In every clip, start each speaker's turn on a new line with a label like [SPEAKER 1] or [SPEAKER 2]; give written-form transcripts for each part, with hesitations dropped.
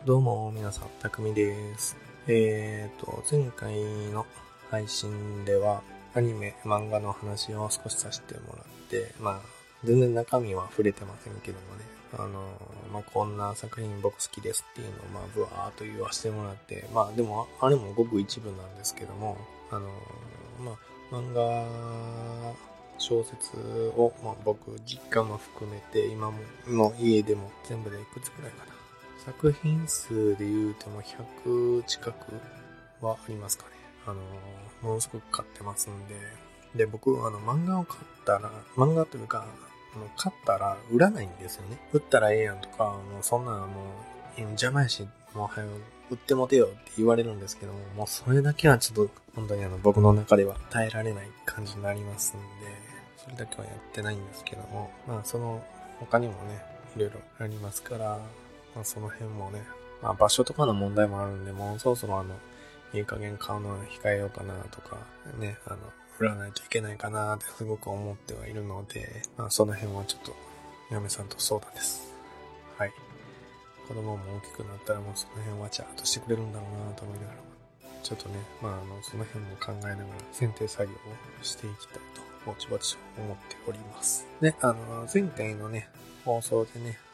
[SPEAKER 1] どうも皆さん、たくみです。前回の配信ではアニメ、漫画の話を少しさせてもらって、全然中身は触れてませんけどもね、こんな作品僕好きですっていうのをブワーっと言わせてもらって、でもあれもごく一部なんですけども、漫画、小説を、僕実家も含めて今の家でも全部でいくつくらいかな。作品数で言うても100近くはありますかね。ものすごく買ってますんで。で、僕、漫画を買ったら、漫画というか、買ったら売らないんですよね。売ったらええやんとか、もうそんなのもう邪魔やし、もう早く売ってもてよって言われるんですけども、もうそれだけはちょっと本当に僕の中では耐えられない感じになりますんで、それだけはやってないんですけども、その他にもね、いろいろありますから、その辺もね、場所とかの問題もあるんで、もうそろそろいい加減買うのは控えようかなとか、ね、売らないといけないかなってすごく思ってはいるので、その辺はちょっと、嫁さんと相談です。はい。子供も大きくなったらもうその辺はちゃんとしてくれるんだろうなと思いながら、ちょっとね、その辺も考えながら選定作業をしていきたいと、ぼちぼち思っております。で、前回のね、放送でね、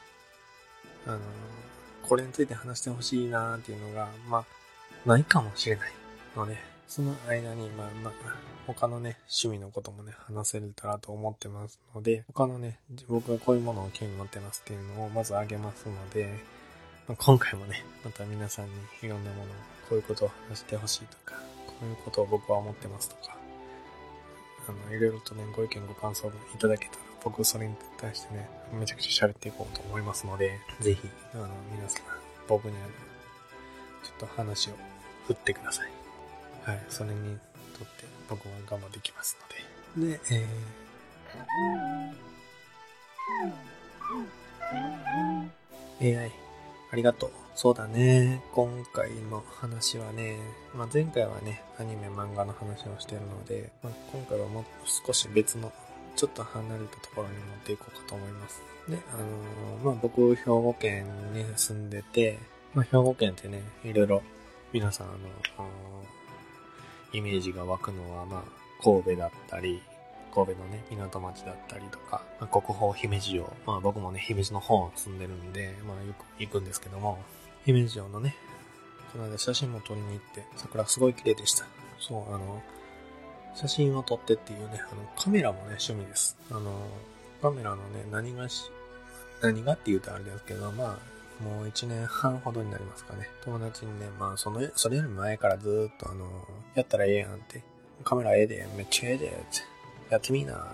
[SPEAKER 1] これについて話してほしいなーっていうのが、ないかもしれないので、その間に、他のね、趣味のこともね、話せれたらと思ってますので、他のね、僕がこういうものを興味持ってますっていうのをまずあげますので、今回もね、また皆さんにいろんなものを、こういうことを話してほしいとか、こういうことを僕は思ってますとか、いろいろとね、ご意見ご感想もいただけたら、僕それに対してね、めちゃくちゃ喋っていこうと思いますので、ぜひ、皆さん、僕にちょっと話を振ってください。はい、それにとって僕は我慢できますので。で、AI、ありがとう。そうだね。今回の話はね、前回はね、アニメ漫画の話をしているので、今回はもう少し別の、ちょっと離れたところに持っていこうかと思います。で、僕、兵庫県に住んでて、兵庫県ってね、いろいろ、皆さん、イメージが湧くのは、神戸だったり、神戸のね、港町だったりとか、国宝姫路城。僕もね、姫路の方住んでるんで、よく行くんですけども、姫路城のね、この間写真も撮りに行って、桜すごい綺麗でした。そう、写真を撮ってっていうね、カメラもね、趣味です。カメラのね、何がって言うとあれですけど、もう1年半ほどになりますかね。友達にね、それより前からずーっとやったらええやんって、カメラええで、めっちゃええで、って、やってみーなーって、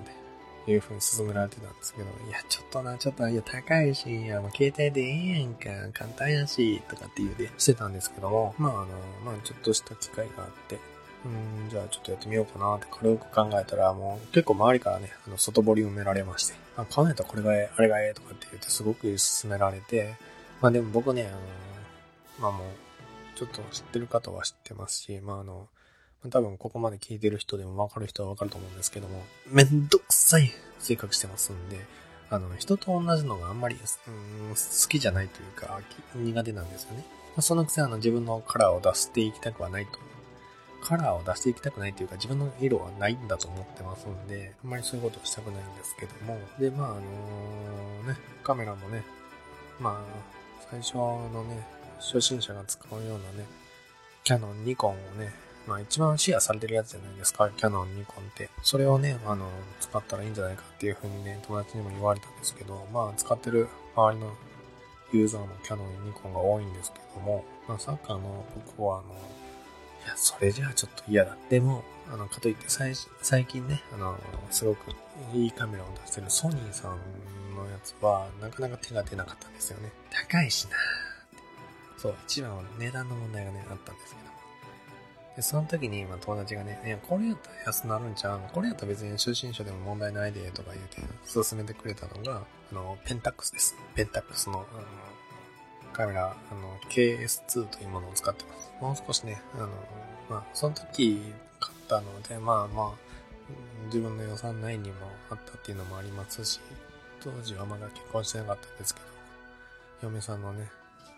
[SPEAKER 1] いう風に勧められてたんですけど、いや、ちょっと、いや、高いし、いや、もう携帯でええやんか、簡単やし、とかって言うてしてたんですけども、ちょっとした機会があって、じゃあちょっとやってみようかなって軽く考えたら、もう結構周りからね、外堀埋められまして、買うんやったらこれがええ、あれがええとかって言ってすごく勧められて、でも僕ね、もう、ちょっと知ってる方は知ってますし、多分ここまで聞いてる人でも分かる人は分かると思うんですけども、めんどくさい性格してますんで、人と同じのがあんまり、好きじゃないというか、苦手なんですよね。そのくせ自分のカラーを出していきたくはないと。カラーを出していきたくないというか、自分の色はないんだと思ってますんで、あんまりそういうことをしたくないんですけども。で、カメラもね、最初のね、初心者が使うようなね、キャノン、ニコンをね、一番シェアされてるやつじゃないですか、キャノン、ニコンって。それをね、使ったらいいんじゃないかっていう風にね、友達にも言われたんですけど、使ってる周りのユーザーもキャノン、ニコンが多いんですけども、サッカーの僕はいや、それじゃあちょっと嫌だ。でも、かといって最近ね、すごくいいカメラを出してるソニーさんのやつは、なかなか手が出なかったんですよね。高いしなー。そう、一番は値段の問題がね、あったんですけど。で、その時に、友達がね、いや、これやったら安なるんちゃう？これやったら別に初心者でも問題ないで、とか言うて、勧めてくれたのが、ペンタックスです。ペンタックスの、カメラ、KS2 というものを使ってます。もう少しね、その時買ったので、自分の予算内にもあったっていうのもありますし、当時はまだ結婚してなかったんですけど、嫁さんのね、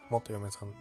[SPEAKER 1] 元嫁さん、違う。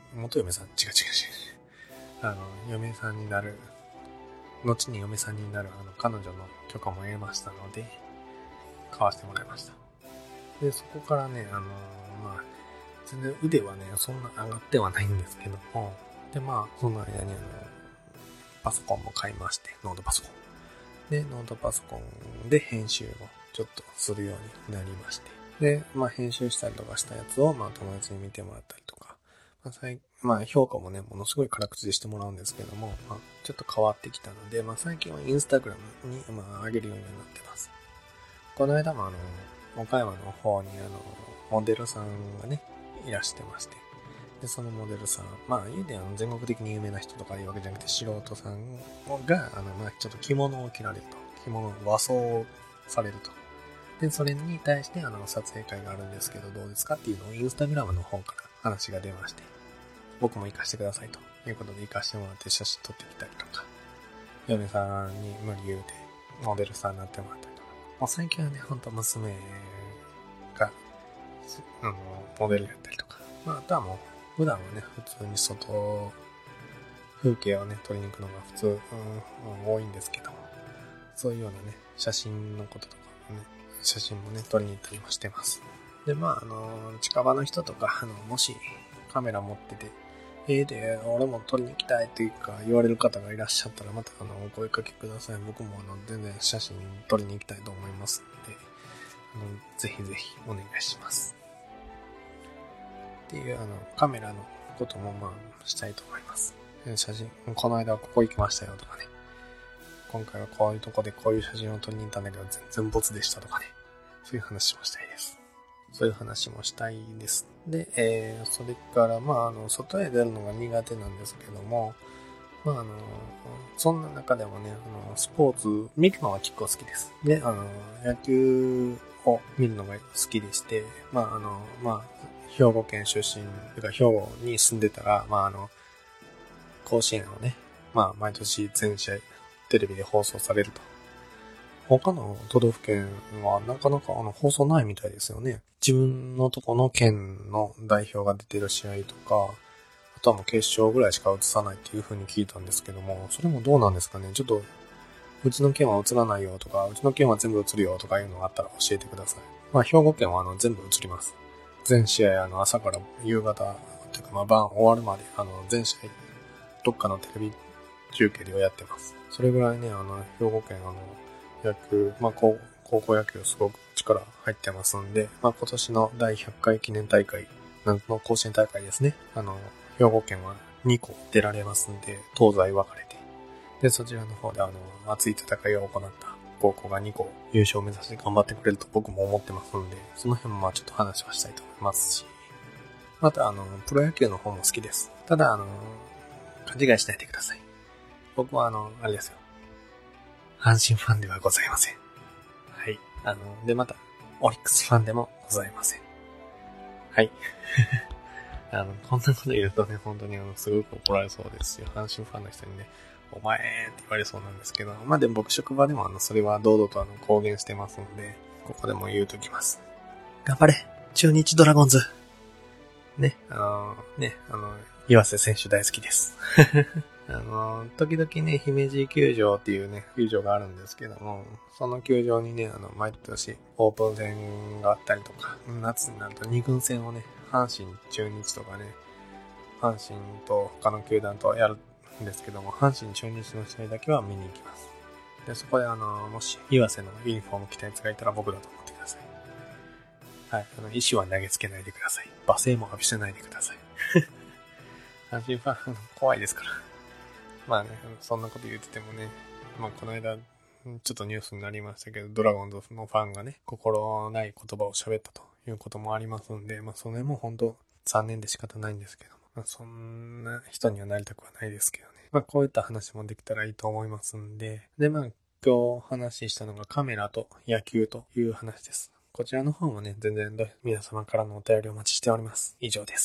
[SPEAKER 1] 嫁さんになる、後に嫁さんになる彼女の許可も得ましたので、買わせてもらいました。で、そこからね、全然腕はね、そんな上がってはないんですけども、で、その間にパソコンも買いまして、ノートパソコン。で、ノートパソコンで編集をちょっとするようになりまして。で、編集したりとかしたやつを、友達に見てもらったりとか、評価もね、ものすごい辛口でしてもらうんですけども、ちょっと変わってきたので、最近はインスタグラムに、上げるようになってます。この間も岡山の方にモデルさんがね、いらしてまして、で、そのモデルさん、言うて全国的に有名な人とかいうわけじゃなくて、素人さんが、ちょっと着物を着られると。着物、和装されると。で、それに対して、撮影会があるんですけど、どうですかっていうのをインスタグラムの方から話が出まして、僕も活かしてくださいということで活かしてもらって写真撮ってきたりとか、嫁さんに無理言うて、モデルさんになってもらったりとか、最近はね、ほんと娘が、モデルやったりとか、あとはもう、普段はね、普通に風景をね、撮りに行くのが普通、多いんですけども、そういうようなね、写真のこととかもね、写真もね、撮りに行ったりもしてます。で、近場の人とか、もしカメラ持ってて、で、俺も撮りに行きたいっていうか言われる方がいらっしゃったら、またお声かけください。僕も全然写真撮りに行きたいと思いますので、ぜひぜひお願いします。っていうカメラのこともしたいと思います。写真、この間はここ行きましたよとかね。今回はこういうとこでこういう写真を撮りに行ったんだけど全然ボツでしたとかね。そういう話もしたいです。そういう話もしたいです。で、それから外へ出るのが苦手なんですけども、そんな中でもね、スポーツ見るのは結構好きです。で、野球を見るのが好きでして、兵庫県出身、とか兵庫に住んでたら、甲子園をね、毎年全試合テレビで放送されると。他の都道府県はなかなか放送ないみたいですよね。自分のとこの県の代表が出てる試合とか、あとはもう決勝ぐらいしか映さないっていう風に聞いたんですけども、それもどうなんですかね。ちょっと、うちの県は映らないよとか、うちの県は全部映るよとかいうのがあったら教えてください。兵庫県は全部映ります。全試合朝から夕方、というか晩終わるまで、全試合、どっかのテレビ中継でやってます。それぐらいね、兵庫県野球、高校野球すごく力入ってますんで、今年の第100回記念大会の甲子園大会ですね。兵庫県は2校出られますんで、東西分かれて。で、そちらの方で熱い戦いを行った高校が2校優勝を目指して頑張ってくれると僕も思ってますんで、その辺もちょっと話はしたいと思いますし、またプロ野球の方も好きです。ただ勘違いしないでください。僕はあれですよ。阪神ファンではございません。はい。で、また、オリックスファンでもございません。はい。こんなこと言うとね、本当にすごく怒られそうですし、阪神ファンの人にね、お前って言われそうなんですけど、でも僕職場でもそれは堂々と公言してますので、ここでも言うときます。頑張れ中日ドラゴンズね、岩瀬選手大好きです。時々ね、姫路球場っていうね、球場があるんですけども、その球場にね、毎年オープン戦があったりとか、夏になると2軍戦をね、阪神、中日とかね、阪神と他の球団とやるんですけども、阪神、中日の試合だけは見に行きます。で、そこでもし、岩瀬のユニフォーム着たやつがいたら僕だと思ってください。はい、石は投げつけないでください。罵声も浴びせないでください。阪神ファン、怖いですから。そんなこと言っててもね、この間、ちょっとニュースになりましたけど、ドラゴンズのファンがね、心ない言葉を喋ったということもありますんで、それも本当残念で仕方ないんですけども、そんな人にはなりたくはないですけどね。こういった話もできたらいいと思いますんで、で、今日話したのがカメラと野球という話です。こちらの方もね、全然皆様からのお便りをお待ちしております。以上です。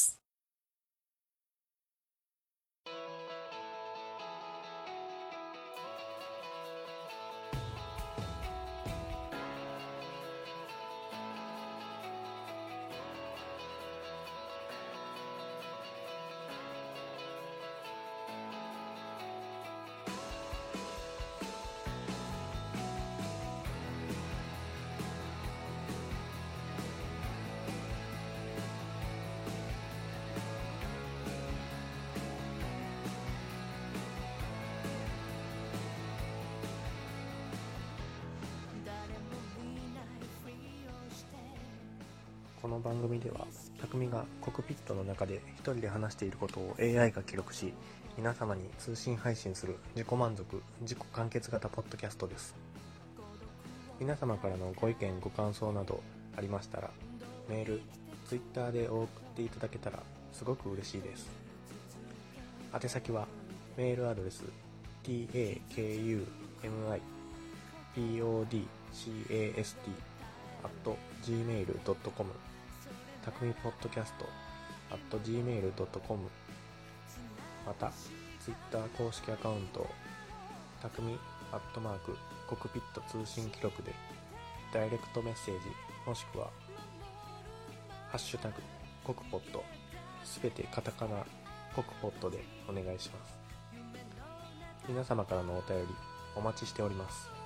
[SPEAKER 1] この番組では、匠がコックピットの中で一人で話していることを AI が記録し、皆様に通信配信する自己満足、自己完結型ポッドキャストです。皆様からのご意見ご感想などありましたら、メール、ツイッターで送っていただけたらすごく嬉しいです。宛先はメールアドレス takumipodcast@gmail.com たくみポッドキャスト @gmail.com また、ツイッター公式アカウントたくみコクピット通信記録でダイレクトメッセージもしくはハッシュタグコクポットすべてカタカナコクポットでお願いします。皆様からのお便りお待ちしております。